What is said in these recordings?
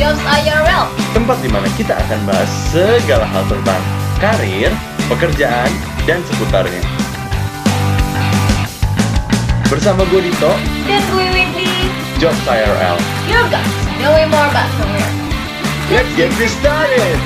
Jobs IRL, tempat di mana kita akan bahas segala hal tentang karir, pekerjaan, dan seputarnya. Bersama gue Dito, dan gue Windy. Jobs IRL. Your guys, knowing more about career. Let's get this started!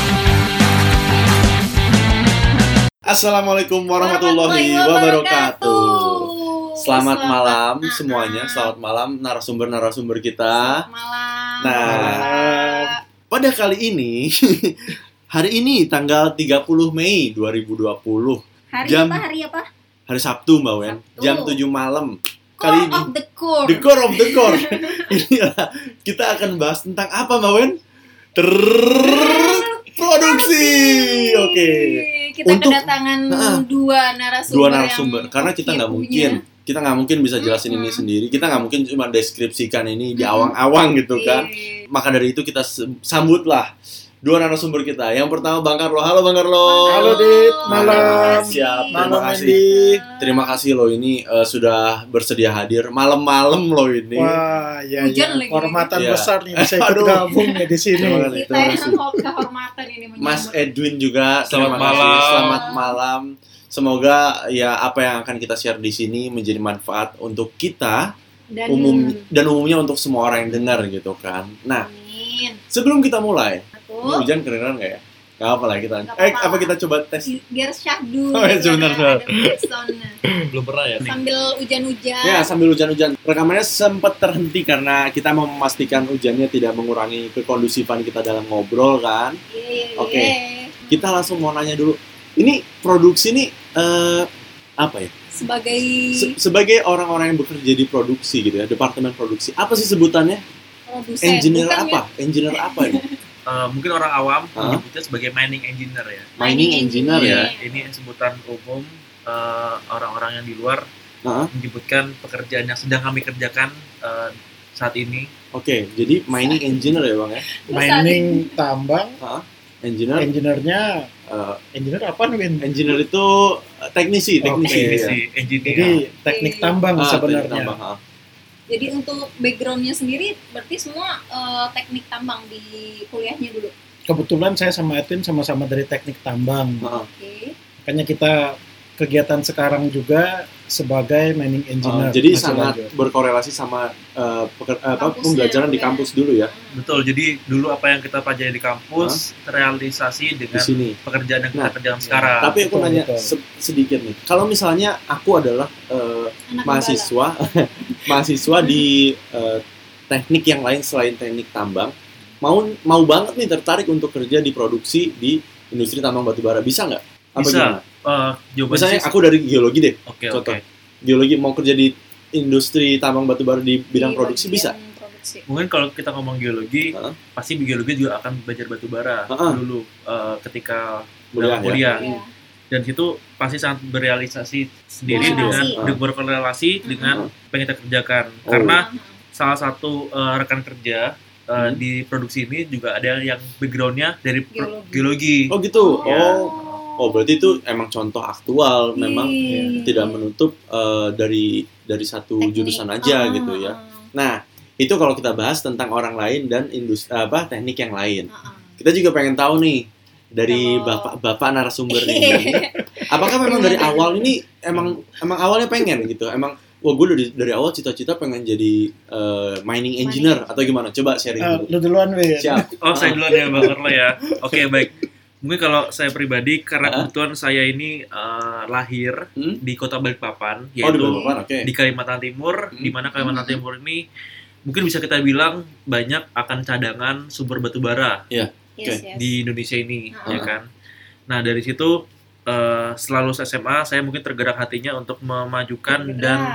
Assalamualaikum warahmatullahi wabarakatuh. Selamat malam semuanya, selamat malam narasumber-narasumber kita. Selamat malam. Nah, pada kali ini, hari ini tanggal 30 Mei 2020. Hari apa? Hari Sabtu Mbak Wen, Sabtu. jam 7 malam. Kali Core ini, of the core. the core of the core. Ini kita akan bahas tentang apa Mbak Wen? Produksi. Oke. Kita Untuk- kedatangan dua narasumber. Karena kita nggak mungkin bisa jelasin ini sendiri. Kita nggak mungkin cuma deskripsikan ini di awang-awang gitu kan. Maka dari itu kita sambutlah dua narasumber kita. Yang pertama Bang Carlo. Halo Bang Carlo. Halo Dit, malam. Siap, terima Malam kasih. Andy. Terima kasih loh ini sudah bersedia hadir malam-malam loh ini. Wah, ya, Hujan lagi. kehormatan Iya. besar nih bisa ikut Aduh. gabung nih di sini. Terima kasih. Kita yang kehormatan ini menyambut. Mas Edwin juga Selamat terima kasih. malam. Selamat malam. Semoga ya apa yang akan kita share di sini menjadi manfaat untuk kita dan umumnya untuk semua orang yang dengar gitu kan. Nah, Amin. sebelum kita mulai, ini Aku hujan kedengeran nggak ya? Nggak apa lah kita. Nggak apa-apa. Apa kita coba tes? biar syahdu. Oh, ya, sebentar. Ada backsound-nya. Belum pernah ya nih. Sambil hujan-hujan. Ya, sambil hujan-hujan. Rekamannya sempat terhenti karena kita mau memastikan hujannya tidak mengurangi kekondusifan kita dalam ngobrol kan. Iya. Oke. Kita langsung mau nanya dulu. Ini produksi nih apa ya? Sebagai Sebagai orang-orang yang bekerja di produksi gitu ya, departemen produksi. Apa sih sebutannya? produsen. Engineer bukan apa? Engineer apa ini? Mungkin orang awam Hah? menyebutnya sebagai mining engineer ya. Mining engineer ya. Ini sebutan umum orang-orang yang di luar Heeh. menyebutkan pekerjaan yang sedang kami kerjakan saat ini. Oke, jadi mining engineer ya bang ya? Mining tambang, Engineer, engineernya eh, engineer apa nih Win? engineer itu teknisi Oke. ya. Si engineer. Jadi teknik tambang Teknik sebenarnya. tambang, Jadi untuk backgroundnya sendiri berarti semua teknik tambang di kuliahnya dulu. Kebetulan saya sama Edwin sama-sama dari teknik tambang. Heeh. Oke. Makanya kita kegiatan sekarang juga sebagai mining engineer. Jadi Masih sangat lanjut. berkorelasi sama Kampusnya pembelajaran di dulu ya. kampus dulu ya, Betul. Jadi dulu apa yang kita pelajari di kampus terrealisasi di dengan sini. pekerjaan yang kita Nah, kerjakan sekarang. Tapi aku Betul, nanya betul. sedikit nih. Kalau misalnya aku adalah Anak mahasiswa mahasiswa di teknik yang lain selain teknik tambang, mau banget nih tertarik untuk kerja di produksi di industri tambang batubara, bisa nggak? Apa Bisa. gimana? Jawaban Misalnya sih- aku dari geologi deh, Oke, contoh. oke. Geologi mau kerja di industri tambang batubara di bidang produksi bisa? Produksi. Mungkin kalau kita ngomong geologi, Heeh. pasti geologi juga akan belajar batubara Heeh. dulu ketika Kuliah dalam ya? kuliah. Iya. Dan situ pasti sangat berrealisasi sendiri Korelasi. dengan berkorelasi dengan apa yang kita kerjakan. Oh. Karena salah satu rekan kerja Hmm. di produksi ini juga ada yang backgroundnya dari Geologi. geologi. Oh gitu. Ya. Oh berarti itu emang contoh aktual, memang Iya. tidak menutup dari satu Teknik. jurusan aja Ah, gitu ya. ah, Nah, itu kalau kita bahas tentang orang lain dan industri teknik yang lain. ah, ah. Kita juga pengen tahu nih dari Kalau- bapak narasumber ini. Apakah memang dari awal ini emang awalnya pengen gitu? Emang wah gue dari awal cita-cita pengen jadi mining engineer atau gimana? Coba sharing dulu. Lu duluan Win. Siap. Oh, saya duluan ya Bang Carlo ya. Oke, baik. Mungkin kalau saya pribadi, karena kebetulan saya ini lahir di kota Balikpapan, Oh di yaitu Balikpapan, oke. di Kalimantan Timur, di mana Kalimantan Timur ini mungkin bisa kita bilang banyak akan cadangan sumber batu bara Yes, Oke. yes. di Indonesia ini, Ah. ya kan. Nah dari situ setelah lulus SMA, saya mungkin tergerak hatinya untuk memajukan dan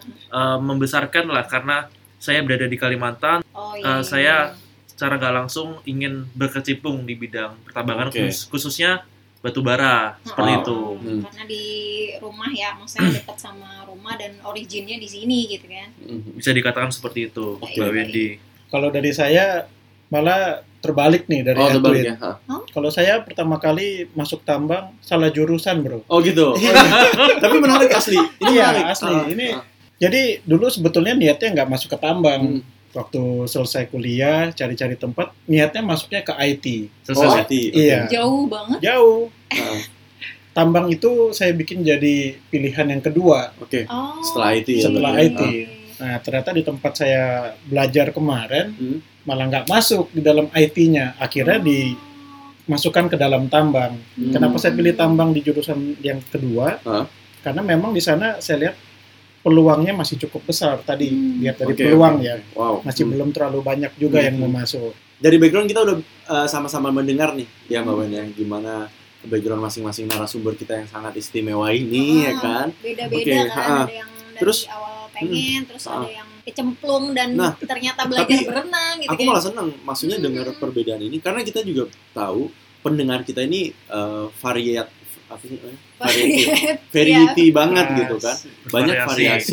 membesarkan lah, karena saya berada di Kalimantan, Oh, iya, saya secara nggak langsung ingin berkecimpung di bidang pertambangan, Oke. khususnya batu bara seperti Oh. itu. Karena di rumah ya, maksudnya dekat sama rumah dan originnya di sini gitu kan. Bisa dikatakan seperti itu, Oke. Mbak Wendy. Kalau dari saya malah terbalik nih dari Oh Edwin. terbalik ya. Ha. Kalau saya pertama kali masuk tambang salah jurusan bro. Oh gitu. Tapi menarik asli. Ini Iya menarik. asli. Ini jadi dulu sebetulnya niatnya nggak masuk ke tambang. Waktu selesai kuliah, cari-cari tempat, niatnya masuknya ke IT. Selesai. IT. Iya. Jauh banget. Jauh. Nah, Tambang itu saya bikin jadi pilihan yang kedua Oke. Oh. Setelah IT ya. setelah berarti? IT. Nah, ternyata di tempat saya belajar kemarin, Hmm. malah nggak masuk di dalam IT-nya. Akhirnya dimasukkan ke dalam tambang. Hmm. Kenapa saya pilih tambang di jurusan yang kedua? Hah? Karena memang di sana saya lihat peluangnya masih cukup besar tadi. Lihat dari Oke, peluang oke. ya. Wow. Masih belum terlalu banyak juga yang mau masuk. Dari background kita udah sama-sama mendengar nih ya Mbak Wen ya, gimana background masing-masing narasumber kita yang sangat istimewa ini ya kan. Beda-beda Oke, kan, ha-ha. ada yang dari Terus, awal pengen, terus ha-ha. ada yang kecemplung dan Nah, ternyata belajar tapi berenang gitu Aku malah senang maksudnya dengar perbedaan ini karena kita juga tahu pendengar kita ini variat apa sih namanya? Variety banget gitu kan. Banyak variasi.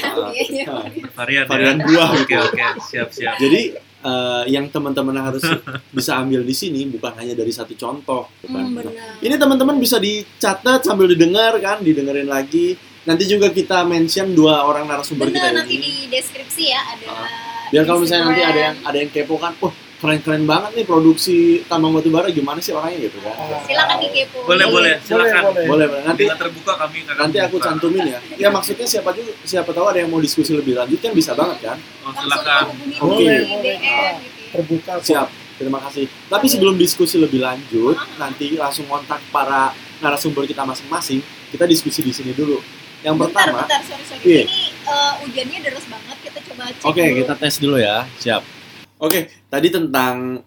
Varian buah Oke, siap. Jadi yang teman-teman harus bisa ambil di sini bukan hanya dari satu contoh gitu kan. Benar. Ini teman-teman bisa dicatat sambil didengar kan, didengerin lagi. Nanti juga kita mention 2 orang narasumber kita Benar, nanti ini. di deskripsi ya ada. Biar kalau misalnya nanti Instagram. ada yang kepo kan, oh keren-keren banget nih produksi tambang batubara gimana sih orangnya gitu kan. Silakan dikepo. Boleh, silakan. Boleh. Nanti Bila terbuka kami akan nanti aku buka. cantumin ya. Ya maksudnya siapa tahu ada yang mau diskusi lebih lanjut kan bisa banget kan. Oh, Langsung silakan. hubungi Oke. di DM gitu ya. Terbuka kok. Siap. Terima kasih. Tapi sebelum diskusi lebih lanjut, nanti langsung kontak para narasumber kita masing-masing. Kita diskusi di sini dulu. Yang pertama, Bentar, sorry. Iya. Ini hujannya deras banget, kita coba cek oke, dulu. kita tes dulu ya. Siap. Oke, tadi tentang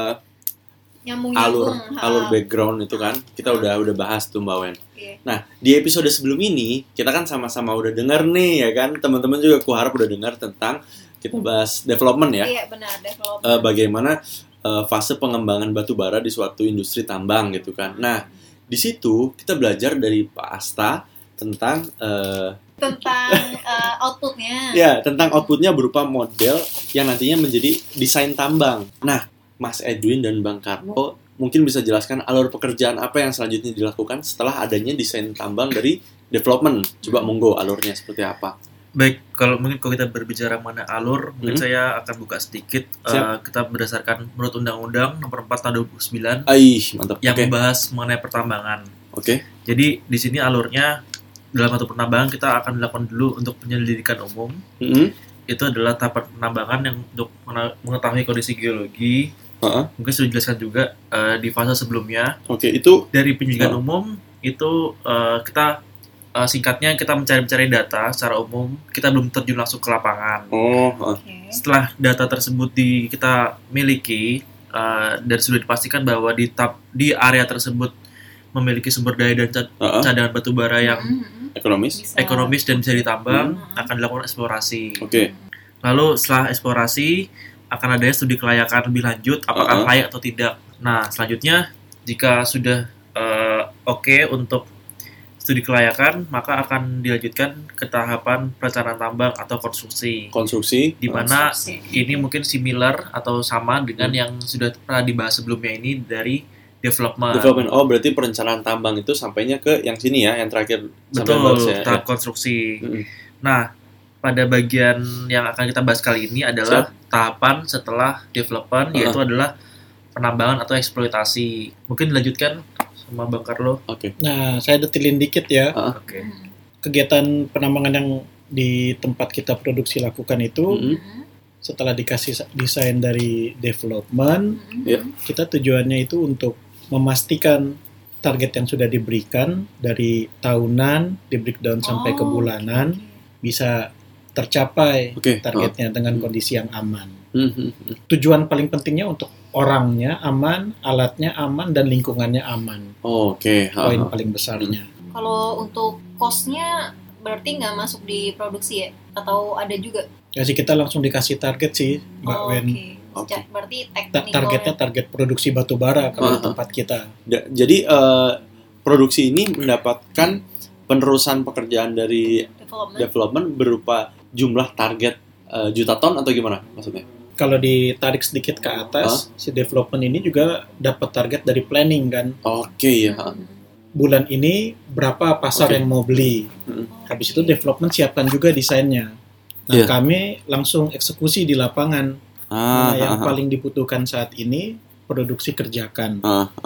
Nyambung-nyambung. alur background itu kan kita udah bahas tuh Mbak Wen. Iya. Nah, di episode sebelum ini kita kan sama-sama udah denger nih ya kan. Teman-teman juga aku harap udah dengar tentang kita bahas development ya. Iya, benar, development. Bagaimana fase pengembangan batu bara di suatu industri tambang gitu kan. Nah, di situ kita belajar dari Pak Asta tentang Tentang outputnya. ya, tentang outputnya berupa model yang nantinya menjadi desain tambang. Nah, Mas Edwin dan Bang Karno mungkin bisa jelaskan alur pekerjaan apa yang selanjutnya dilakukan setelah adanya desain tambang dari development. Coba monggo alurnya seperti apa. Baik, kalau kita berbicara mengenai alur, mungkin saya akan buka sedikit. Siap. Kita berdasarkan menurut Undang-Undang Nomor 4 Tahun 2009 Mantap. yang Oke. membahas mengenai pertambangan. Oke. Jadi di sini alurnya dalam satu penambangan kita akan dilakukan dulu untuk penyelidikan umum. Mm-mm. Itu adalah tahapan penambangan yang untuk mengetahui kondisi geologi. Heeh. Mungkin sudah dijelaskan juga di fase sebelumnya. Oke, itu Dari penyelidikan umum itu kita singkatnya kita mencari data secara umum. Kita belum terjun langsung ke lapangan. Oke. Setelah data tersebut kita miliki dan sudah dipastikan bahwa di area tersebut memiliki sumber daya dan cadangan batu bara yang ekonomis. Bisa. ekonomis dan bisa ditambang, akan dilakukan eksplorasi. Oke. Lalu setelah eksplorasi akan ada studi kelayakan lebih lanjut, apakah layak atau tidak. Nah, selanjutnya jika sudah oke untuk studi kelayakan, maka akan dilanjutkan ke tahapan perencanaan tambang atau konstruksi. Di mana ini mungkin similar atau sama dengan yang sudah pernah dibahas sebelumnya ini dari development. Oh, berarti perencanaan tambang itu sampainya ke yang sini ya, yang terakhir sampai Betul, bahas ya. tahap konstruksi. Mm-mm. Nah, pada bagian yang akan kita bahas kali ini adalah tahapan setelah development, yaitu adalah penambangan atau eksploitasi. Mungkin dilanjutkan sama Bang Carlo. Oke. Nah, saya detilin dikit ya. Oke. Kegiatan penambangan yang di tempat kita produksi lakukan itu Mm-mm. setelah dikasih desain dari development, Ya. kita tujuannya itu untuk memastikan target yang sudah diberikan dari tahunan, di breakdown sampai ke bulanan, bisa tercapai Oke. targetnya dengan kondisi yang aman. Mm-hmm. Tujuan paling pentingnya untuk orangnya aman, alatnya aman, dan lingkungannya aman. Oke. Poin paling besarnya. Kalau untuk cost-nya berarti nggak masuk di produksi ya? Atau ada juga? Ya sih, kita langsung dikasih target sih, Mbak Wen. Oke. Berarti teknikal. Targetnya target produksi batu bara kalau di tempat kita. Jadi produksi ini mendapatkan penerusan pekerjaan dari development berupa jumlah target juta ton atau gimana maksudnya? Kalau ditarik sedikit ke atas, si development ini juga dapat target dari planning kan. Oke ya. Bulan ini berapa pasar yang mau beli. Habis itu development siapkan juga desainnya. Nah, Iya. kami langsung eksekusi di lapangan. Nah, yang paling dibutuhkan saat ini produksi kerjakan.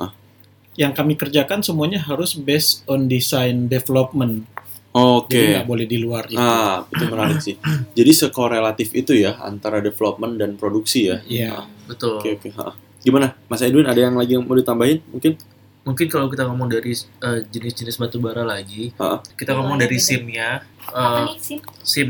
Yang kami kerjakan semuanya harus based on design development. Oke. Jadi nggak boleh di luar itu. Itu menarik sih. Jadi sekorelatif itu ya antara development dan produksi ya. Iya. Betul. Oke. Gimana, Mas Edwin? Ada yang lagi yang mau ditambahin? Mungkin kalau kita ngomong dari jenis-jenis batu bara lagi, kita ngomong Boleh, dari bener. SIM-nya. Apa nih SIM? SIM,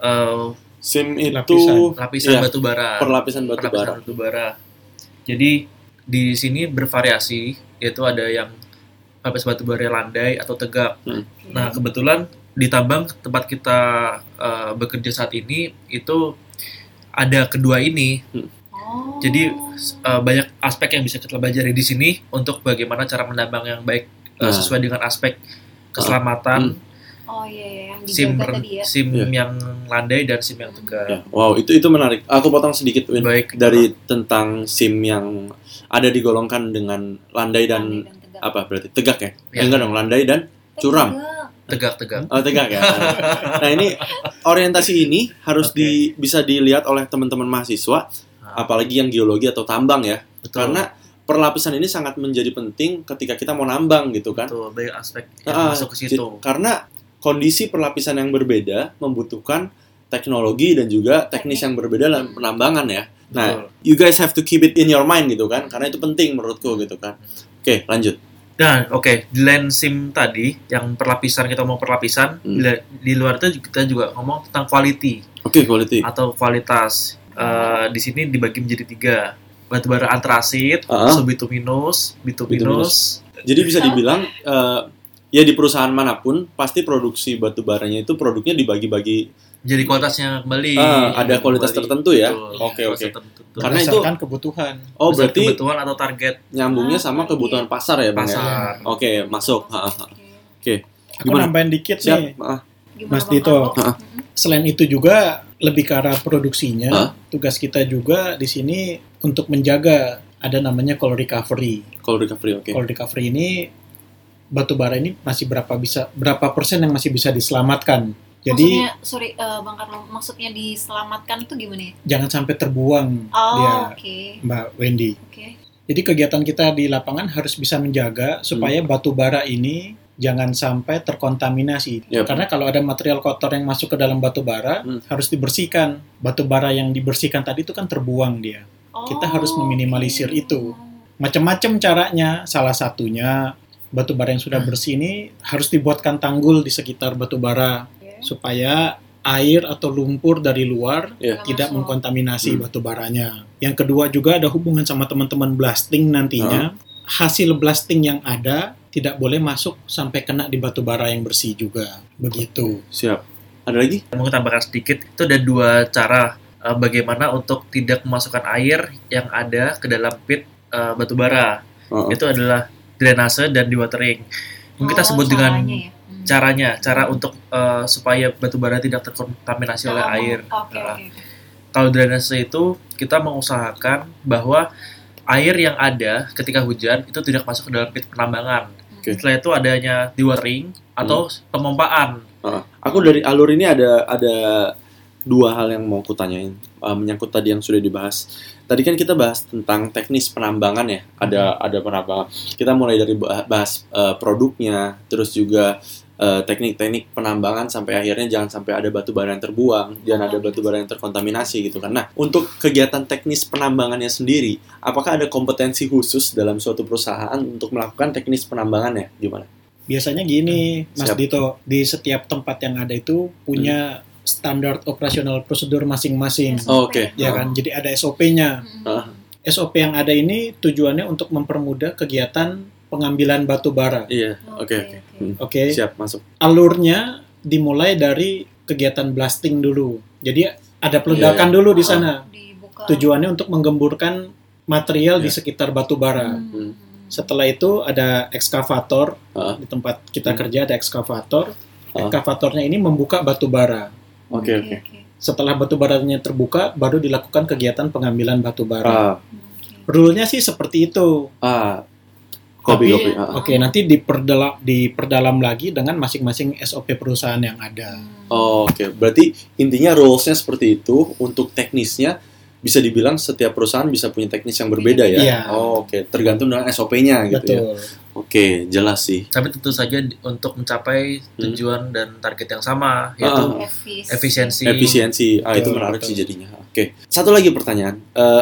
SIM itu lapisan Iya, batu bara. perlapisan batu bara. Batu bara. Jadi di sini bervariasi, yaitu ada yang lapis batu bara landai atau tegak. Nah, kebetulan di tambang tempat kita bekerja saat ini itu ada kedua ini. Oh. Jadi banyak aspek yang bisa kita pelajari di sini untuk bagaimana cara menambang yang baik sesuai dengan aspek keselamatan. Oh iya, yang SIM dijaga tadi ya. SIM Iya. yang landai dan SIM yang tegak. Ya, wow, itu menarik. Aku potong sedikit, Win. Baik. Dari tentang SIM yang ada digolongkan dengan landai dan tegak. apa berarti tegak ya? Ya. Enggak dong, landai dan curam. Tegak. Tegak. Oh, tegak ya. Nah, ini orientasi ini harus bisa dilihat oleh teman-teman mahasiswa, apalagi yang geologi atau tambang ya. Betul. Karena perlapisan ini sangat menjadi penting ketika kita mau nambang gitu kan. Betul, banyak aspek yang masuk ke situ. Karena kondisi perlapisan yang berbeda membutuhkan teknologi dan juga teknis yang berbeda dalam penambangan ya. Nah, Betul. you guys have to keep it in your mind gitu kan, karena itu penting menurutku gitu kan. Oke, lanjut. Nah, di lain SIM tadi, yang perlapisan, kita ngomong perlapisan, di luar itu kita juga ngomong tentang quality Oke, quality. atau kualitas. Di sini dibagi menjadi 3. Batubara antrasit, subbituminous, bituminous. Jadi bisa dibilang ya di perusahaan manapun pasti produksi batu baranya itu produknya dibagi-bagi. Jadi kualitasnya kembali. Ada kualitas tertentu ya. Betul, Oke. kualitas tertentu. Karena itu Berdasarkan kebutuhan. oh Berdasarkan berarti kebutuhan atau target nyambungnya sama kebutuhan pasar ya, Bang ya? pasar. Oke, masuk. Oke. Aku Gimana? nambahin dikit Siap. nih. Gimana, Mas Bang Dito. Carlo? Selain itu juga lebih ke arah produksinya, tugas kita juga di sini untuk menjaga ada namanya coal recovery. Coal recovery, oke. Coal recovery ini batu bara ini masih berapa persen yang masih bisa diselamatkan. Jadi Maksudnya, sorry Bang Carlo, maksudnya diselamatkan itu gimana ya? jangan sampai terbuang Oh, dia, oke. Mbak Wendy. Oke. Jadi kegiatan kita di lapangan harus bisa menjaga supaya batu bara ini jangan sampai terkontaminasi. Yep. Karena kalau ada material kotor yang masuk ke dalam batu bara, harus dibersihkan. Batu bara yang dibersihkan tadi itu kan terbuang dia. Kita harus meminimalisir itu. Macam-macam caranya, salah satunya batu bara yang sudah bersih ini harus dibuatkan tanggul di sekitar batu bara supaya air atau lumpur dari luar tidak mengkontaminasi batu baranya. Yang kedua juga ada hubungan sama teman-teman blasting nantinya. Hasil blasting yang ada tidak boleh masuk sampai kena di batu bara yang bersih juga. Begitu. Siap. Ada lagi? Mau tambahkan sedikit, itu ada 2 cara bagaimana untuk tidak memasukkan air yang ada ke dalam pit batu bara. Itu adalah drainase dan dewatering. Mungkin kita sebut dengan cara untuk supaya batu bara tidak terkontaminasi oleh air. Kalau drainase itu kita mengusahakan bahwa air yang ada ketika hujan itu tidak masuk ke dalam pit penambangan. Setelah itu adanya dewatering atau pemompaan. Aku dari alur ini ada 2 hal yang mau kutanyain menyangkut tadi yang sudah dibahas. Tadi kan kita bahas tentang teknis penambangan ya. Ada penambangan. Kita mulai dari bahas produknya, terus juga teknik-teknik penambangan sampai akhirnya jangan sampai ada batu bara yang terbuang, jangan ada batu bara yang terkontaminasi gitu kan. Nah, untuk kegiatan teknis penambangannya sendiri, apakah ada kompetensi khusus dalam suatu perusahaan untuk melakukan teknis penambangannya? Gimana? Biasanya gini, Mas Siap. Dito, di setiap tempat yang ada itu punya standar operasional prosedur masing-masing. Oke. Ya kan, jadi ada SOP-nya. SOP yang ada ini tujuannya untuk mempermudah kegiatan pengambilan batu bara. Iya, oke. Oke. Siap, masuk. Alurnya dimulai dari kegiatan blasting dulu. Jadi ada peledakan dulu di sana. Tujuannya untuk menggemburkan material di sekitar batu bara. Setelah itu ada ekskavator. Di tempat kita kerja ada ekskavator. Ekskavatornya ini membuka batu bara. Oke. Setelah batu baranya terbuka, baru dilakukan kegiatan pengambilan batu bara. Rule-nya sih seperti itu. Kopi. Oke, nanti diperdalam lagi dengan masing-masing SOP perusahaan yang ada. Oke. Berarti intinya rules-nya seperti itu. Untuk teknisnya bisa dibilang setiap perusahaan bisa punya teknis yang berbeda ya. Iya. Oke. Tergantung dengan SOP-nya gitu ya. Betul. Oke, jelas sih. Tapi tentu saja untuk mencapai tujuan dan target yang sama, yaitu efisiensi. Efisiensi. Itu Betul, menarik betul. sih jadinya. Oke. Satu lagi pertanyaan.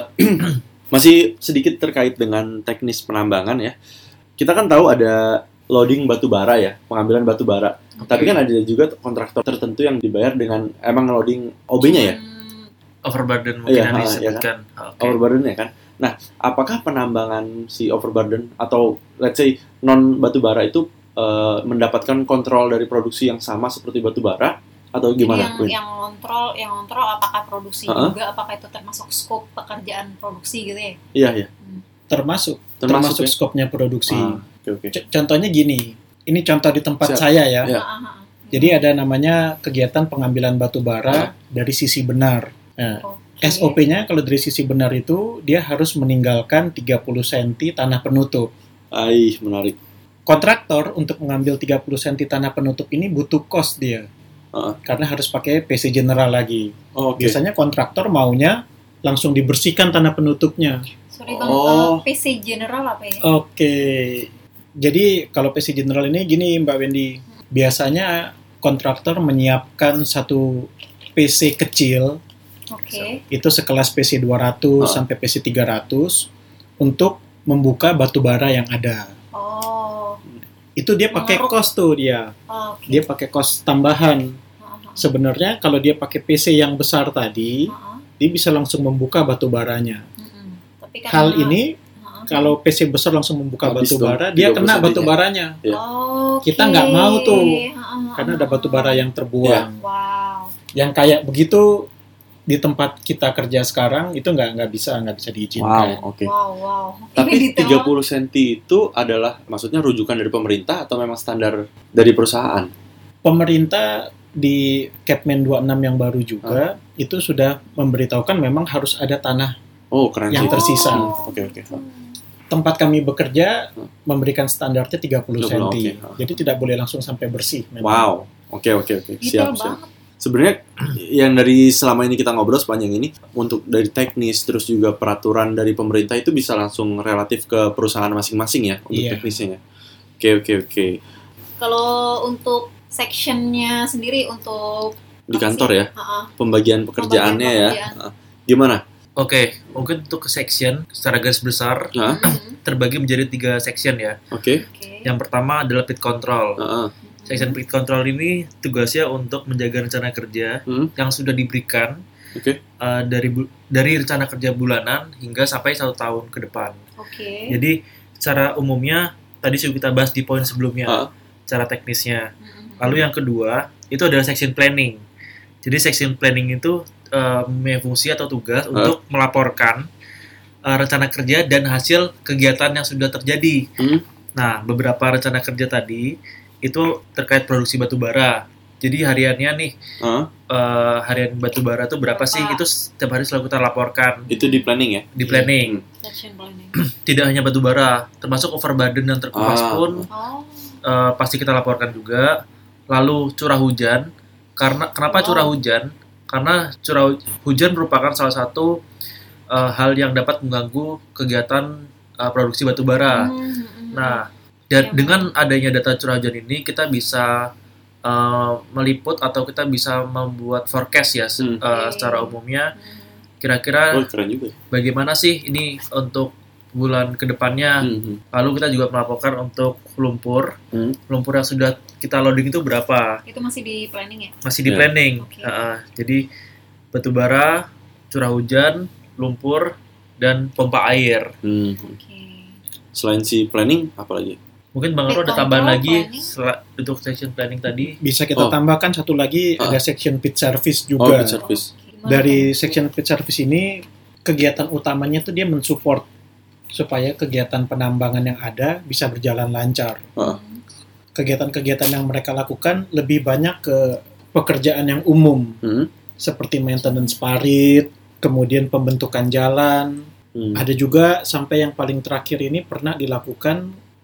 Masih sedikit terkait dengan teknis penambangan ya. Kita kan tahu ada loading batu bara ya, pengambilan batu bara. Tapi kan ada juga kontraktor tertentu yang dibayar dengan emang loading OB-nya ya? Overburden mungkin Iya, yang iya disebutkan. Oke. Overburden ya kan? Nah, apakah penambangan si overburden atau let's say non batu bara itu mendapatkan kontrol dari produksi yang sama seperti batu bara atau gimana? Jadi yang ngontrol apakah produksi juga, apakah itu termasuk skop pekerjaan produksi gitu ya? Iya. Termasuk ya? skopnya produksi. Oke. Contohnya gini, ini contoh di tempat saya ya. Ya. Jadi ada namanya kegiatan pengambilan batu bara dari sisi benar. Nah, SOP-nya kalau dari sisi benar itu dia harus meninggalkan 30 cm tanah penutup. Menarik. Kontraktor untuk mengambil 30 cm tanah penutup ini butuh cost dia. Karena harus pakai PC general lagi. Oke. Biasanya kontraktor maunya langsung dibersihkan tanah penutupnya. Sorry Bang, PC general apa ya? Oke. Jadi kalau PC general ini gini Mbak Wendy, biasanya kontraktor menyiapkan satu PC kecil. Oke. Itu sekelas PC 200 sampai PC 300 untuk membuka batu bara yang ada. Itu dia pakai cost tuh dia. Dia pakai cost tambahan. Sebenarnya kalau dia pakai PC yang besar tadi, dia bisa langsung membuka batu baranya. Tapi Hal ini kalau PC besar langsung membuka Habis batu dong, bara, dia 30 kena batu cm-nya. baranya. Ya. Kita nggak mau tuh, karena ada batu bara yang terbuang. Wow. Yang kayak begitu di tempat kita kerja sekarang itu nggak bisa diizinkan. Wow, oke. Wow. Tapi Ini detail 30 cm itu adalah maksudnya rujukan dari pemerintah atau memang standar dari perusahaan? Pemerintah di Kepmen 26 yang baru juga itu sudah memberitahukan memang harus ada tanah Keren yang sih. tersisa. Oke. Tempat kami bekerja memberikan standarnya 30 cm. Oke. Jadi tidak boleh langsung sampai bersih. Memang. Wow. Oke. detail Siap. banget. Sebenarnya yang dari selama ini kita ngobrol sepanjang ini, untuk dari teknis terus juga peraturan dari pemerintah itu bisa langsung relatif ke perusahaan masing-masing ya untuk Iya. teknisnya. Oke. Kalau untuk sectionnya sendiri untuk Di kantor ya, pembagian pekerjaannya Pembagian ya. Gimana? Oke, mungkin untuk ke section secara garis besar terbagi menjadi 3 section ya. Oke. Yang pertama adalah pit control. Section pit control ini tugasnya untuk menjaga rencana kerja yang sudah diberikan dari rencana kerja bulanan hingga sampai 1 tahun ke depan. Jadi secara umumnya tadi sudah kita bahas di poin sebelumnya, cara teknisnya. Lalu yang kedua itu adalah section planning. Jadi section planning itu mempunyai fungsi atau tugas untuk melaporkan rencana kerja dan hasil kegiatan yang sudah terjadi. Nah, beberapa rencana kerja tadi itu terkait produksi batu bara. Jadi hariannya nih, harian batu bara itu berapa sih? Itu setiap hari selalu kita laporkan. Itu di planning ya? Di planning. section planning. Tidak hanya batu bara, termasuk overburden dan terkuras pun pasti kita laporkan juga. Lalu curah hujan. Kenapa curah hujan? Karena curah hujan merupakan salah satu hal yang dapat mengganggu kegiatan produksi batu bara. Nah, dengan adanya data curah hujan ini kita bisa meliput atau kita bisa membuat forecast ya secara umumnya. Kira-kira keren juga. Bagaimana sih ini untuk bulan kedepannya? Lalu kita juga melaporkan untuk lumpur. Lumpur yang sudah kita loading itu berapa? Itu masih di planning ya? Masih di planning. Jadi batu bara, curah hujan, lumpur, dan pompa air. Selain si planning, apa lagi? Mungkin Bang Aro ada tambahan lagi untuk section planning tadi. Bisa kita tambahkan satu lagi, ada section pit service juga. Pit service. Dari section pit service ini kegiatan utamanya itu dia mensupport supaya kegiatan penambangan yang ada bisa berjalan lancar. Kegiatan-kegiatan yang mereka lakukan lebih banyak ke pekerjaan yang umum, seperti maintenance parit, kemudian pembentukan jalan. Ada juga sampai yang paling terakhir ini pernah dilakukan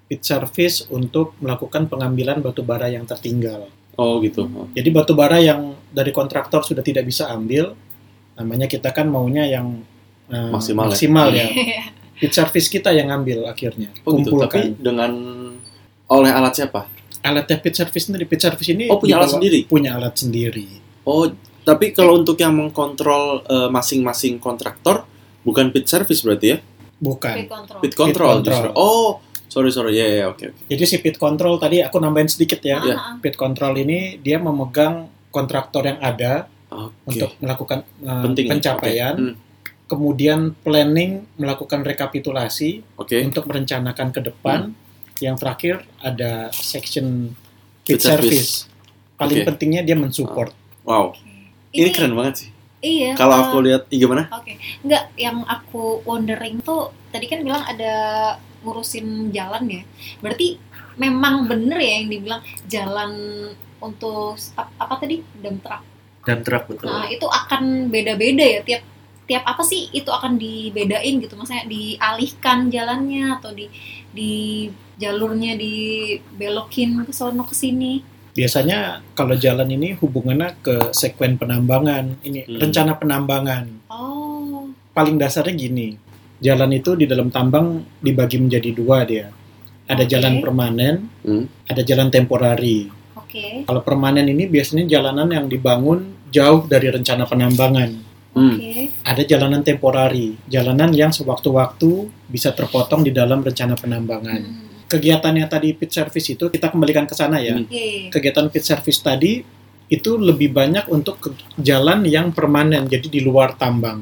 pit service untuk melakukan pengambilan batu bara yang tertinggal. Oh gitu. Jadi batu bara yang dari kontraktor sudah tidak bisa ambil, namanya kita kan maunya yang maksimal ya. Pit service kita yang ambil akhirnya. Oh gitu. Tapi dengan oleh alat siapa? Alatnya pit service ini punya alat sendiri? Punya alat sendiri. Oh, tapi kalau untuk yang mengkontrol masing-masing kontraktor bukan pit service berarti ya? Bukan. Pit control. Justru. Oh, sorry. Ya, oke. Jadi si pit control tadi aku nambahin sedikit ya. Pit control ini dia memegang kontraktor yang ada untuk melakukan pencapaian. Kemudian planning, melakukan rekapitulasi untuk merencanakan ke depan. Yang terakhir ada section pit service. Paling pentingnya dia mensupport. Wow. Ini keren banget sih. Iya. Kalau aku lihat gimana? Enggak, yang aku wondering tuh tadi kan bilang ada ngurusin jalan ya. Berarti memang bener ya yang dibilang jalan untuk apa tadi? Dump truck, betul. Nah, itu akan beda-beda ya tiap apa sih itu akan dibedain gitu, maksudnya dialihkan jalannya atau di jalurnya dibelokin ke sono ke sini. Biasanya kalau jalan ini hubungannya ke sekuen penambangan, rencana penambangan. Oh. Paling dasarnya gini, jalan itu di dalam tambang dibagi menjadi dua dia. Ada jalan permanen, ada jalan temporari. Kalau permanen ini biasanya jalanan yang dibangun jauh dari rencana penambangan. Ada jalanan temporari, jalanan yang sewaktu-waktu bisa terpotong di dalam rencana penambangan. Kegiatannya tadi pit service itu kita kembalikan ke sana ya. Kegiatan pit service tadi itu lebih banyak untuk jalan yang permanen, jadi di luar tambang.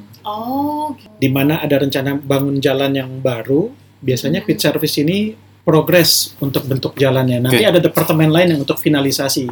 Di mana ada rencana bangun jalan yang baru, biasanya pit service ini progres untuk bentuk jalannya. Nanti ada departemen lain yang untuk finalisasi.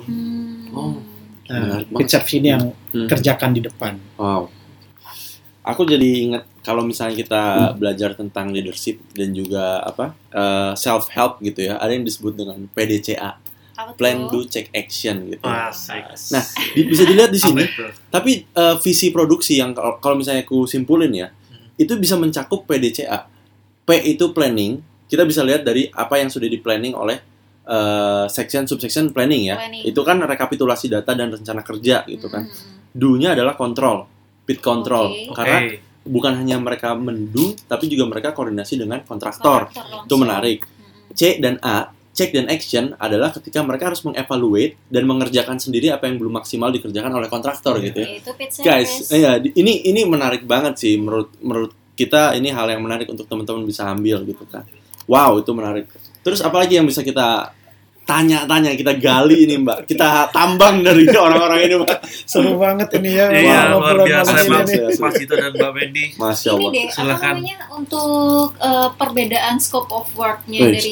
Pit service ini yang kerjakan di depan. Wow. Aku jadi ingat kalau misalnya kita belajar tentang leadership dan juga self help gitu ya, ada yang disebut dengan PDCA, Plan Do Check Action gitu. Nah, bisa dilihat di sini. Tapi visi produksi yang kalau misalnya aku simpulin ya, itu bisa mencakup PDCA. P itu planning. Kita bisa lihat dari apa yang sudah di planning oleh section subsection planning ya. Itu kan rekapitulasi data dan rencana kerja gitu kan. Do-nya adalah control. Pit control, karena bukan hanya mereka mendu, tapi juga mereka koordinasi dengan kontraktor. Itu menarik. C dan A, check dan action adalah ketika mereka harus mengevaluate dan mengerjakan sendiri apa yang belum maksimal dikerjakan oleh kontraktor gitu ya. Guys, ini menarik banget sih menurut kita, ini hal yang menarik untuk teman-teman bisa ambil gitu kan. Wow, itu menarik. Terus apalagi yang bisa kita tanya-tanya, kita gali ini Mbak, kita tambang dari orang-orang ini Mbak. Seru banget ini ya. Iya, luar biasa Mas Dito dan Mbak Wendy. Masya Allah. Ini deh, apa namanya untuk perbedaan scope of work-nya dari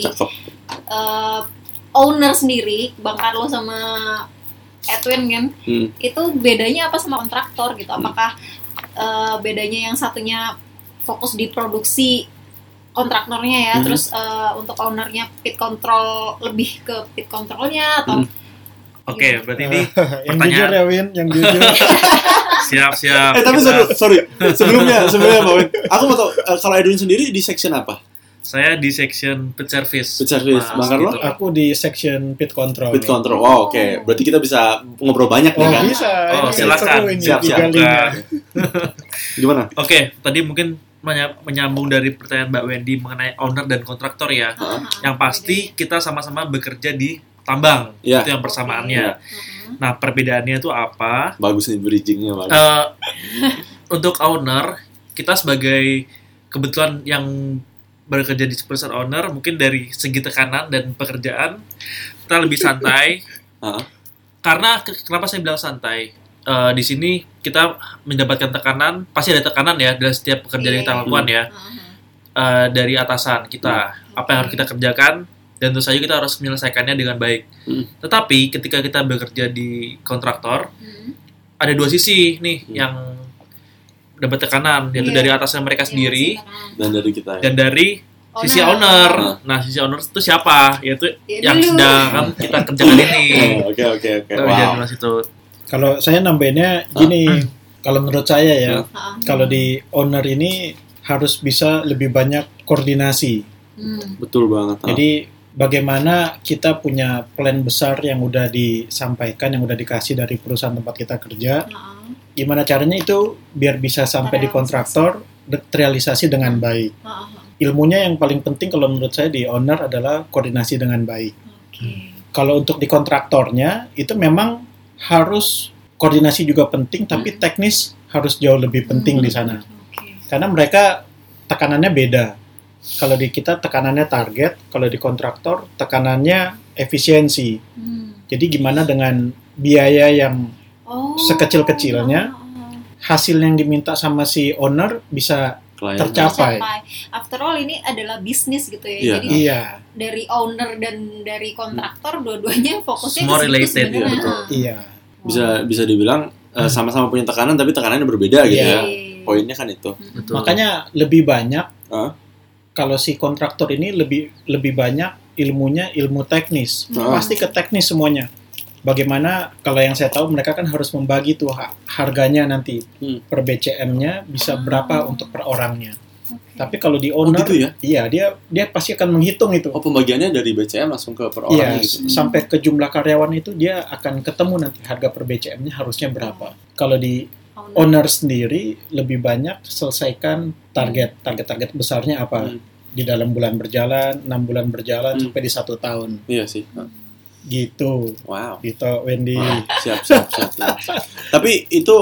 owner sendiri, Bang Carlo sama Edwin kan, itu bedanya apa sama kontraktor gitu? Apakah bedanya yang satunya fokus di produksi kontraktornya ya, terus untuk ownernya pit control lebih ke pit controlnya atau berarti ini yang jujur ya Win, yang jujur. Siap. Tapi sorry, sebelumnya Mbak Win, aku mau tahu kalau Edwin sendiri di section apa? Saya di section pit service. Bang Carlo? Aku di section pit control. Pit control. Oh, oke. Berarti kita bisa ngobrol banyak nih kan? Bisa. Silakan. Siap. Gimana? Tadi mungkin menyambung dari pertanyaan Mbak Wendy mengenai owner dan kontraktor ya. Yang pasti kita sama-sama bekerja di tambang. Itu yang persamaannya. Nah, perbedaannya itu apa? Bagus nih bridging-nya, bagus. Untuk owner, kita sebagai kebetulan yang bekerja di supervisor owner, mungkin dari segi tekanan dan pekerjaan kita lebih santai. Karena kenapa saya bilang santai? Di sini kita mendapatkan tekanan, pasti ada tekanan ya dari setiap pekerjaan yang kita lakukan ya, dari atasan kita, apa yang harus kita kerjakan, dan tentu saja kita harus menyelesaikannya dengan baik. Tetapi ketika kita bekerja di kontraktor, ada dua sisi nih yang dapat tekanan, yaitu dari atasan mereka sendiri dan dari kita ya. Dan dari sisi owner. Nah, sisi owner itu siapa? Yaitu yang sedang kita kerjakan ini. Oke. Wow. Kalau saya nambahinnya gini, kalau menurut saya ya, kalau di owner ini harus bisa lebih banyak koordinasi. Betul banget. Jadi bagaimana kita punya plan besar yang udah disampaikan, yang udah dikasih dari perusahaan tempat kita kerja. Gimana caranya itu biar bisa sampai di kontraktor terrealisasi dengan baik. Ilmunya yang paling penting kalau menurut saya di owner adalah koordinasi dengan baik. Kalau untuk di kontraktornya itu memang harus koordinasi juga penting, tapi teknis harus jauh lebih penting di sana. Karena mereka tekanannya beda. Kalau di kita tekanannya target, kalau di kontraktor tekanannya efisiensi. Jadi gimana dengan biaya yang sekecil-kecilnya, hasil yang diminta sama si owner bisa tercapai. After all ini adalah bisnis gitu ya. Jadi dari owner dan dari kontraktor dua-duanya fokusnya semua ke situ related ya, betul. Bisa dibilang sama-sama punya tekanan tapi tekanannya berbeda gitu ya. Poinnya kan itu. Betul. Makanya lebih banyak kalau si kontraktor ini lebih banyak ilmunya ilmu teknis. Pasti ke teknis semuanya. Bagaimana kalau yang saya tahu mereka kan harus membagi tuh harganya nanti per BCM-nya bisa berapa untuk per orangnya. Tapi kalau di owner, gitu ya? Iya dia pasti akan menghitung itu. Pembagiannya dari BCM langsung ke per orang gitu. Sampai ke jumlah karyawan itu dia akan ketemu nanti harga per BCM-nya harusnya berapa. Kalau di owner sendiri lebih banyak selesaikan target besarnya apa di dalam bulan berjalan, 6 bulan berjalan sampai di 1 tahun. Iya sih. Gitu. Wow. Gitu, Wendy. Siap. Tapi itu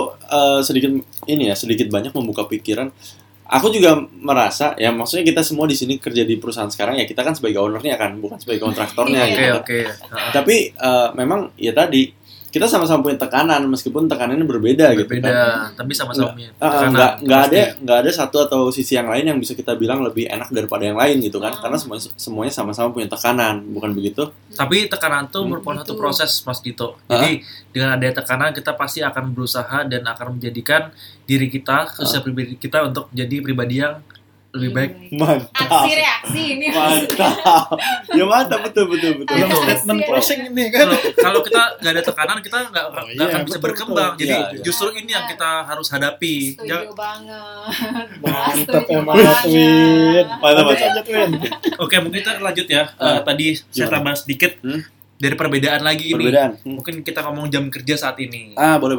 sedikit banyak membuka pikiran. Aku juga merasa ya, maksudnya kita semua di sini kerja di perusahaan sekarang ya, kita kan sebagai ownernya kan, bukan sebagai kontraktornya gitu. Oke. Tapi memang ya tadi kita sama-sama punya tekanan meskipun tekanannya berbeda gitu kan. Tapi sama-sama punya tekanan. Nggak ada satu atau sisi yang lain yang bisa kita bilang lebih enak daripada yang lain gitu kan. Karena semuanya sama-sama punya tekanan, bukan begitu? Tapi tekanan itu merupakan satu proses, Mas Dito. Jadi dengan adanya tekanan kita pasti akan berusaha dan akan menjadikan diri kita, khususnya pribadi kita untuk jadi pribadi yang lebih baik. Mantap. Aksi-reaksi ini. Mantap. Ya mantap, betul. Statement closing ini kan. Kalau kita nggak ada tekanan, kita nggak akan bisa berkembang. Betul. Jadi justru ini yang kita harus hadapi. Setuju banget. Mantap ya, Win. Mantap. Oke, mungkin kita lanjut ya. Tadi saya tambah sedikit dari perbedaan lagi ini. Mungkin kita ngomong jam kerja saat ini. Boleh.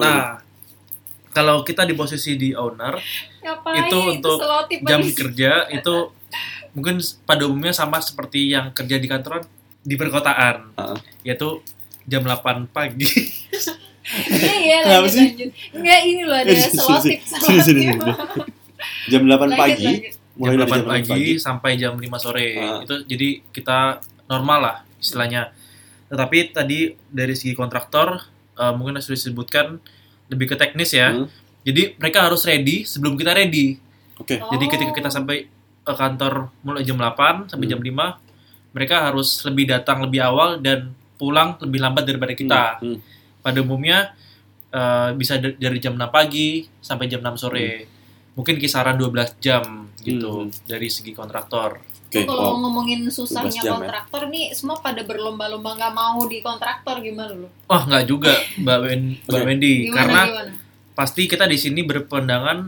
Kalau kita di posisi di owner, itu untuk jam kerja itu mungkin pada umumnya sama seperti yang kerja di kantoran di perkotaan, yaitu jam 8 pagi. Iya, lanjut. Enggak, ini loh ada selotip. Sini. Jam 8 pagi. Mulai jam 8 pagi sampai jam 5 sore. Itu jadi kita normal lah istilahnya. Tetapi tadi dari segi kontraktor mungkin sudah disebutkan lebih ke teknis ya. Jadi mereka harus ready sebelum kita ready. Jadi ketika kita sampai kantor mulai jam 8 sampai jam 5, mereka harus lebih datang lebih awal dan pulang lebih lambat daripada kita. Pada umumnya bisa dari jam 6 pagi sampai jam 6 sore. Mungkin kisaran 12 jam gitu dari segi kontraktor. Kalau ngomongin susahnya kontraktor nih, semua pada berlomba-lomba nggak mau di kontraktor, gimana lo? Wah, nggak juga, Mbak Wendy. Karena gimana? pasti kita di sini berpandangan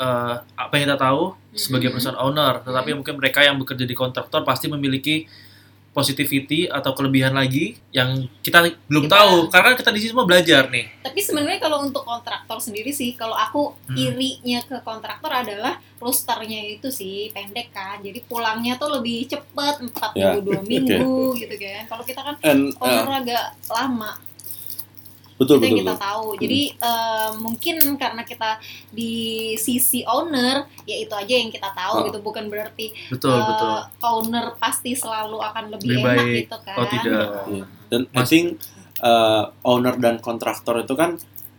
apa yang kita tahu sebagai perusahaan owner, tetapi mungkin mereka yang bekerja di kontraktor pasti memiliki positivity atau kelebihan lagi yang kita belum tahu, karena kita di sini semua belajar nih. Tapi sebenarnya kalau untuk kontraktor sendiri sih, kalau aku irinya ke kontraktor adalah rosternya itu sih pendek kan, jadi pulangnya tuh lebih cepat 42 minggu gitu kan. Kalau kita kan owner agak lama. Betul. Kita tahu. Jadi mungkin karena kita di sisi owner, ya itu aja yang kita tahu gitu. Bukan berarti betul. Owner pasti selalu akan lebih enak baik. Gitu kan. Oh tidak. Dan I think owner dan kontraktor itu kan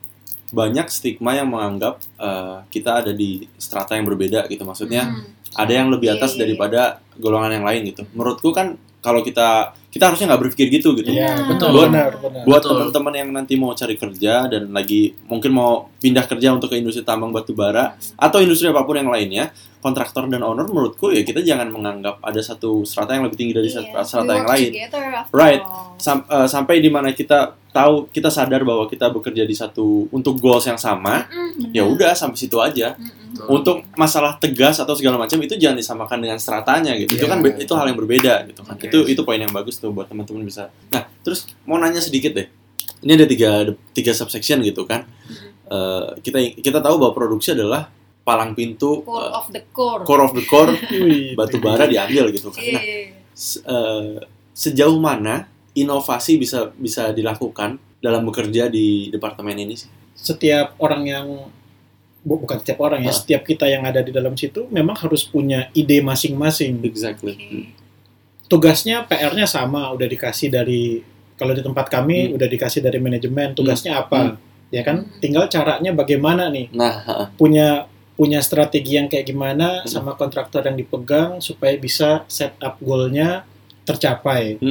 banyak stigma yang menganggap kita ada di strata yang berbeda gitu. Maksudnya ada yang lebih atas daripada golongan yang lain gitu. Menurutku kan kalau kita harusnya nggak berpikir gitu. Iya, betul. Buat teman-teman yang nanti mau cari kerja dan lagi mungkin mau pindah kerja untuk ke industri tambang batu bara atau industri apapun yang lainnya, kontraktor dan owner menurutku ya kita jangan menganggap ada satu strata yang lebih tinggi dari strata yang lain. Right. Sampai di mana kita tahu, kita sadar bahwa kita bekerja di satu untuk goals yang sama. Ya udah sampai situ aja. Untuk masalah tegas atau segala macam itu jangan disamakan dengan stratanya gitu. Itu kan itu hal yang berbeda gitu kan. Itu poin yang bagus tuh buat teman-teman bisa. Nah, terus mau nanya sedikit deh. Ini ada tiga subsection gitu kan. Kita tahu bahwa produksi adalah palang pintu, core of the core. Core of the core, batu bara diambil gitu kan. Nah, sejauh mana inovasi bisa dilakukan dalam bekerja di departemen ini sih? Setiap orang yang bukan setiap orang ya, setiap kita yang ada di dalam situ memang harus punya ide masing-masing. Exactly. Tugasnya, PR-nya sama, udah dikasih dari, kalau di tempat kami udah dikasih dari manajemen, tugasnya apa, ya kan? Tinggal caranya bagaimana nih? Nah, punya strategi yang kayak gimana sama kontraktor yang dipegang supaya bisa set up goal-nya tercapai.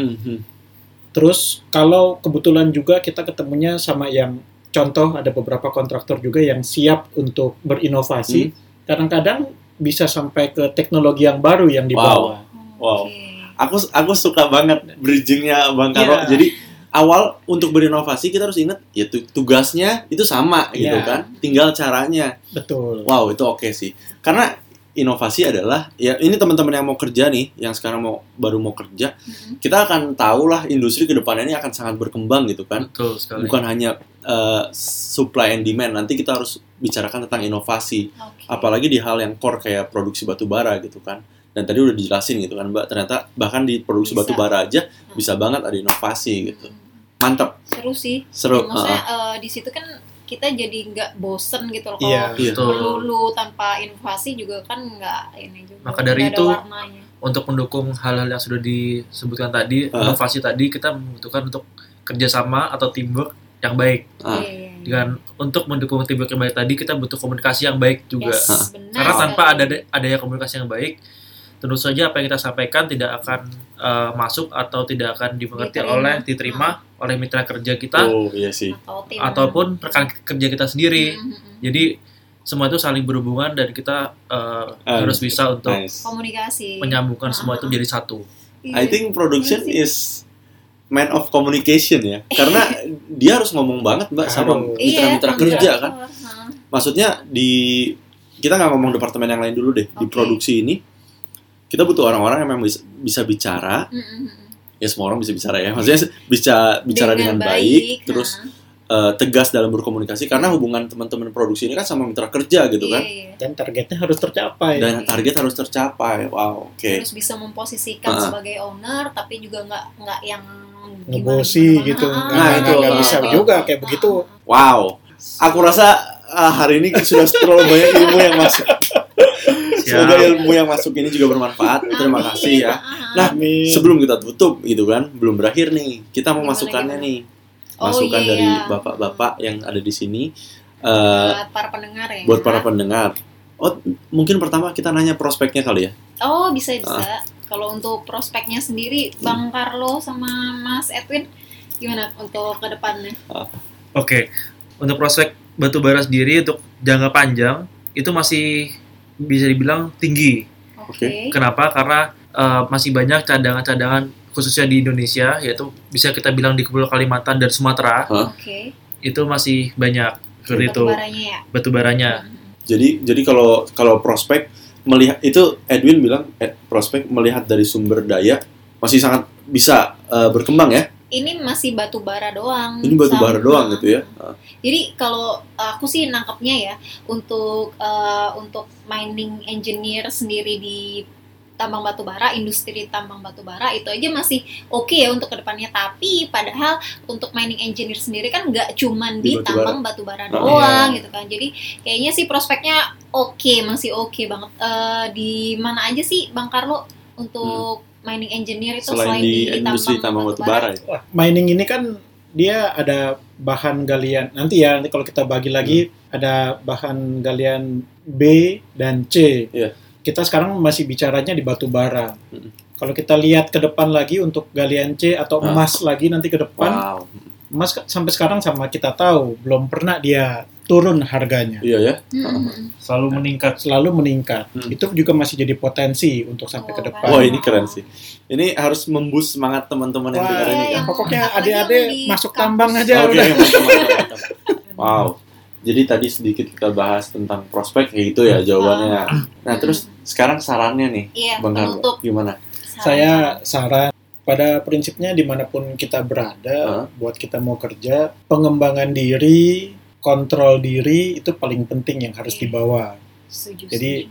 Terus kalau kebetulan juga kita ketemunya sama yang contoh, ada beberapa kontraktor juga yang siap untuk berinovasi. Kadang-kadang bisa sampai ke teknologi yang baru yang dibawa. Wow. Aku suka banget bridging-nya Bang Karlo. Jadi awal untuk berinovasi kita harus ingat ya tugasnya itu sama gitu kan. Tinggal caranya. Betul. Wow, itu oke sih. Karena inovasi adalah ya ini teman-teman yang mau kerja nih, yang sekarang baru mau kerja, kita akan tahu lah industri kedepannya ini akan sangat berkembang gitu kan. Betul sekali. Bukan hanya supply and demand, nanti kita harus bicarakan tentang inovasi, apalagi di hal yang core kayak produksi batu bara gitu kan. Dan tadi udah dijelasin gitu kan Mbak, ternyata bahkan di produksi batu bara aja bisa banget ada inovasi gitu. Mantap. Seru sih. Seru. Maksudnya di situ kan kita jadi nggak bosen gitu loh, Betul. kalau melulu tanpa inovasi juga kan nggak ini juga. Maka dari itu warnanya. Untuk mendukung hal-hal yang sudah disebutkan tadi, inovasi tadi, kita membutuhkan untuk kerjasama atau teamwork yang baik. Dengan untuk mendukung teamwork yang baik tadi, kita butuh komunikasi yang baik juga. Karena tanpa adanya komunikasi yang baik, tentu saja apa yang kita sampaikan tidak akan masuk atau tidak akan diterima oleh mitra kerja kita, ataupun rekan kerja kita sendiri. Jadi semua itu saling berhubungan dan kita harus bisa untuk komunikasi, menyambungkan semua itu menjadi satu. I think production is man of communication ya, karena dia harus ngomong banget Mbak sama mitra-mitra kerja kan. Maksudnya kita nggak ngomong departemen yang lain dulu deh, di produksi ini kita butuh orang-orang yang memang bisa bicara. Ya semua orang bisa bicara ya, maksudnya bisa bicara dengan baik, terus tegas dalam berkomunikasi, karena hubungan teman-teman produksi ini kan sama mitra kerja gitu kan. Dan targetnya harus tercapai. Wow, oke. Terus bisa memposisikan sebagai owner, tapi juga nggak yang ngebosi gitu. Nggak bisa juga kayak begitu. Wow, aku rasa hari ini sudah terlalu banyak ilmu yang masuk. Semoga ilmu yang masuk ini juga bermanfaat. Terima kasih ya. Nah, sebelum kita tutup gitu kan, belum berakhir nih. Kita mau masukannya nih. Masukan dari bapak-bapak yang ada di sini. Buat para pendengar ya. Buat para pendengar. Oh, mungkin pertama kita nanya prospeknya kali ya. Oh, bisa. Kalau untuk prospeknya sendiri, Bang Karlo sama Mas Edwin, gimana untuk ke depannya? Oke. Untuk prospek batubara sendiri untuk jangka panjang itu masih bisa dibilang tinggi. Kenapa? Karena masih banyak cadangan-cadangan khususnya di Indonesia, yaitu bisa kita bilang di Pulau Kalimantan dan Sumatera. Itu masih banyak seperti itu batubaranya. Jadi kalau prospek melihat itu, Edwin bilang prospek melihat dari sumber daya masih sangat bisa berkembang ya. Ini masih batu bara doang. Ini batu bara doang gitu ya. Jadi kalau aku sih nangkepnya ya, untuk mining engineer sendiri di tambang batu bara, industri tambang batu bara itu aja masih oke ya untuk kedepannya. Tapi padahal untuk mining engineer sendiri kan nggak cuman di tambang batu bara doang gitu kan. Jadi kayaknya sih prospeknya masih oke banget. Di mana aja sih Bang Karlo untuk mining engineer itu selain di industri tambang batu bara ya? Mining ini kan dia ada bahan galian. Nanti kalau kita bagi lagi ada bahan galian B dan C. Kita sekarang masih bicaranya di batu bara. Kalau kita lihat ke depan lagi untuk galian C atau emas lagi nanti ke depan, emas sampai sekarang sama kita tahu belum pernah dia turun harganya. Iya ya. Selalu meningkat. Itu juga masih jadi potensi untuk sampai ke depan. Wah, ini keren sih. Ini harus memboost semangat teman-teman yang dengar ini kan. Pokoknya adik-adik masuk tambang aja. Mantap. Wow. Jadi tadi sedikit kita bahas tentang prospek kayak gitu ya jawabannya. Nah, terus sekarang sarannya nih, Bang Carlo, gimana? Saya saran pada prinsipnya dimanapun kita berada, buat kita mau kerja, pengembangan diri, kontrol diri itu paling penting yang harus dibawa. Jadi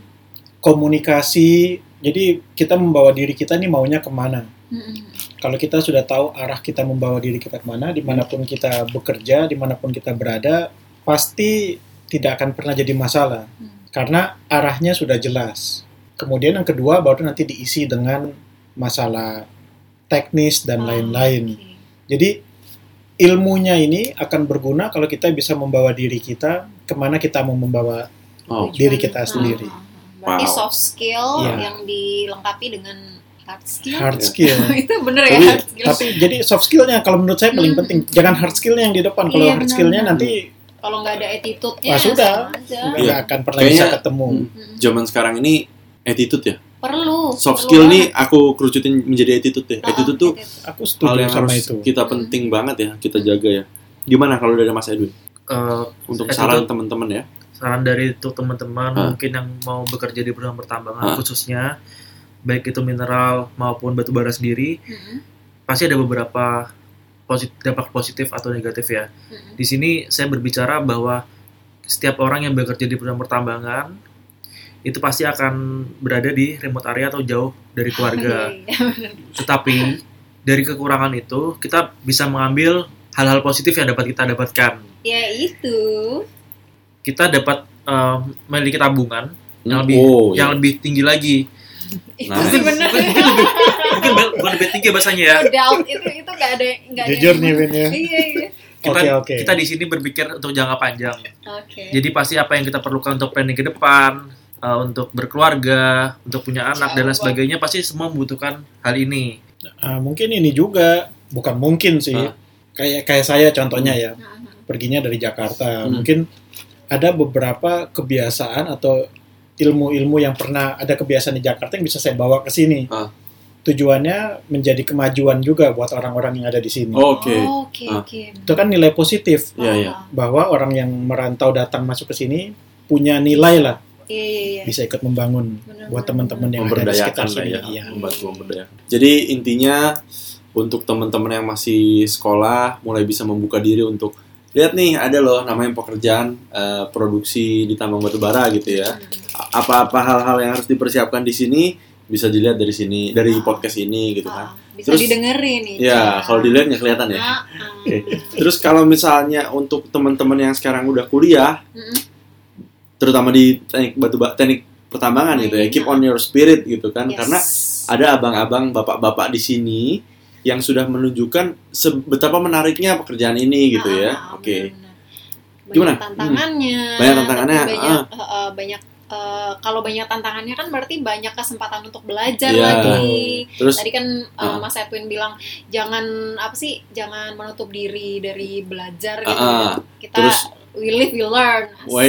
komunikasi, jadi kita membawa diri kita nih maunya kemana. Kalau kita sudah tahu arah kita membawa diri kita kemana, dimanapun kita bekerja, dimanapun kita berada, pasti tidak akan pernah jadi masalah. Karena arahnya sudah jelas. Kemudian yang kedua baru nanti diisi dengan masalah teknis dan lain-lain. Jadi ilmunya ini akan berguna kalau kita bisa membawa diri kita kemana kita mau membawa diri kita sendiri. Berarti soft skill yang dilengkapi dengan hard skill. Itu bener ya, hard skill. Tapi jadi soft skillnya kalau menurut saya paling penting. Jangan hard skillnya yang di depan. Kalau hard skillnya nanti kalau nggak ada attitude-nya sudah nggak akan pernah bisa ketemu. Zaman sekarang ini attitude ya. Perlu. Soft skill nih aku kerucutin menjadi attitude ya. Attitude tuh aku setuju hal yang sama harus itu. Kita penting banget ya, kita jaga ya. Gimana kalau dari Mas Edwin? Untuk saran teman-teman ya. Saran dari itu teman-teman mungkin yang mau bekerja di perusahaan pertambangan khususnya baik itu mineral maupun batu bara sendiri, pasti ada beberapa dampak positif atau negatif ya. Di sini saya berbicara bahwa setiap orang yang bekerja di perusahaan pertambangan itu pasti akan berada di remote area atau jauh dari keluarga. Tetapi dari kekurangan itu kita bisa mengambil hal-hal positif yang dapat kita dapatkan. Ya itu. Kita dapat memiliki tabungan yang lebih tinggi lagi. Itu sih benar. Mungkin bukan lebih tinggi bahasanya ya. Doubt itu nggak ada. Jujur nih Win ya. Iya. Kita di sini berpikir untuk jangka panjang. Jadi pasti apa yang kita perlukan untuk planning ke depan, untuk berkeluarga, untuk punya anak dan lain sebagainya, pasti semua membutuhkan hal ini. Mungkin ini juga bukan mungkin sih. Kayak saya contohnya ya. Perginya dari Jakarta. Mungkin ada beberapa kebiasaan atau ilmu-ilmu yang pernah ada kebiasaan di Jakarta yang bisa saya bawa ke sini. Tujuannya menjadi kemajuan juga buat orang-orang yang ada di sini. Oke. Itu kan nilai positif. Bahwa orang yang merantau datang masuk ke sini punya nilai lah. Bisa ikut membangun buat teman-teman yang ada di sekitar sini. Memberdayakan. Jadi intinya untuk teman-teman yang masih sekolah mulai bisa membuka diri untuk lihat nih ada loh namanya pekerjaan produksi di tambang batu bara gitu ya. Apa-apa hal-hal yang harus dipersiapkan di sini bisa dilihat dari sini, dari podcast ini gitu kan. Bisa didengerin nih. Ya, kalau dilihat nggak kelihatan ya. Terus kalau misalnya untuk teman-teman yang sekarang udah kuliah, terutama di teknik pertambangan gitu ya, keep on your spirit gitu kan, karena ada abang-abang, bapak-bapak di sini yang sudah menunjukkan betapa menariknya pekerjaan ini gitu ya. Oke. Gimana? Banyak tantangannya. Banyak kalau banyak tantangannya kan berarti banyak kesempatan untuk belajar lagi. Terus tadi kan Mas Edwin bilang jangan menutup diri dari belajar gitu. Kita we live we learn.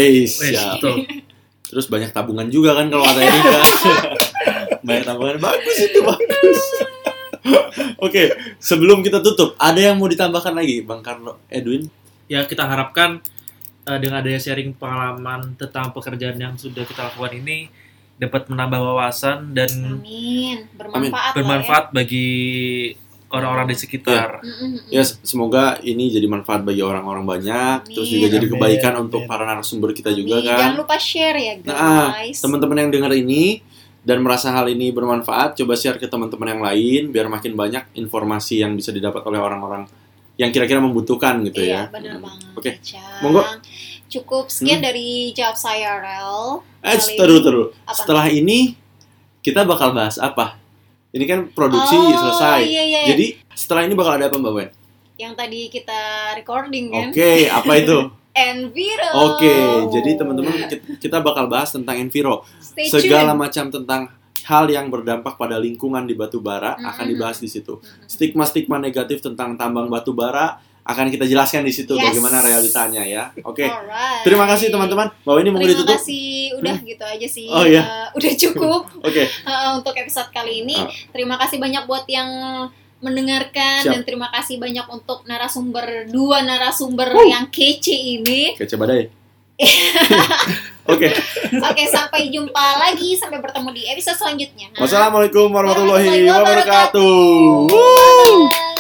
Terus banyak tabungan juga kan kalau kata Erika. Banyak tabungan bagus itu bagus. Oke, sebelum kita tutup, ada yang mau ditambahkan lagi, Bang Carlo, Edwin? Ya, kita harapkan dengan adanya sharing pengalaman tentang pekerjaan yang sudah kita lakukan ini dapat menambah wawasan dan bermanfaat bagi orang-orang di sekitar. Ya, semoga ini jadi manfaat bagi orang-orang banyak, terus juga jadi kebaikan untuk para narasumber kita juga kan. Jangan lupa share ya guys. Nah, teman-teman yang dengar ini dan merasa hal ini bermanfaat, coba share ke teman-teman yang lain biar makin banyak informasi yang bisa didapat oleh orang-orang yang kira-kira membutuhkan gitu ya. Iya, benar banget. Oke. Monggo. Cukup sekian dari jawab saya, Rel. Terus. Setelah ini kita bakal bahas apa? Ini kan produksi selesai. Iya. Jadi setelah ini bakal ada apa, Mbak Wen? Yang tadi kita recording kan? Oke, apa itu? Enviro. Oke, jadi teman-teman kita bakal bahas tentang Enviro. Segala macam tentang hal yang berdampak pada lingkungan di batu bara akan dibahas di situ. Stigma-stigma negatif tentang tambang batu bara akan kita jelaskan di situ bagaimana realitanya ya. Oke. Terima kasih teman-teman. Mbak Weni mau ditutup? Terima kasih. Udah gitu aja sih. Udah cukup. Oke. Untuk episode kali ini. Terima kasih banyak buat yang mendengarkan. Dan terima kasih banyak untuk dua narasumber yang kece ini. Kece badai. Oke. Oke, sampai jumpa lagi, sampai bertemu di episode selanjutnya. Wassalamualaikum warahmatullahi wabarakatuh. Bye.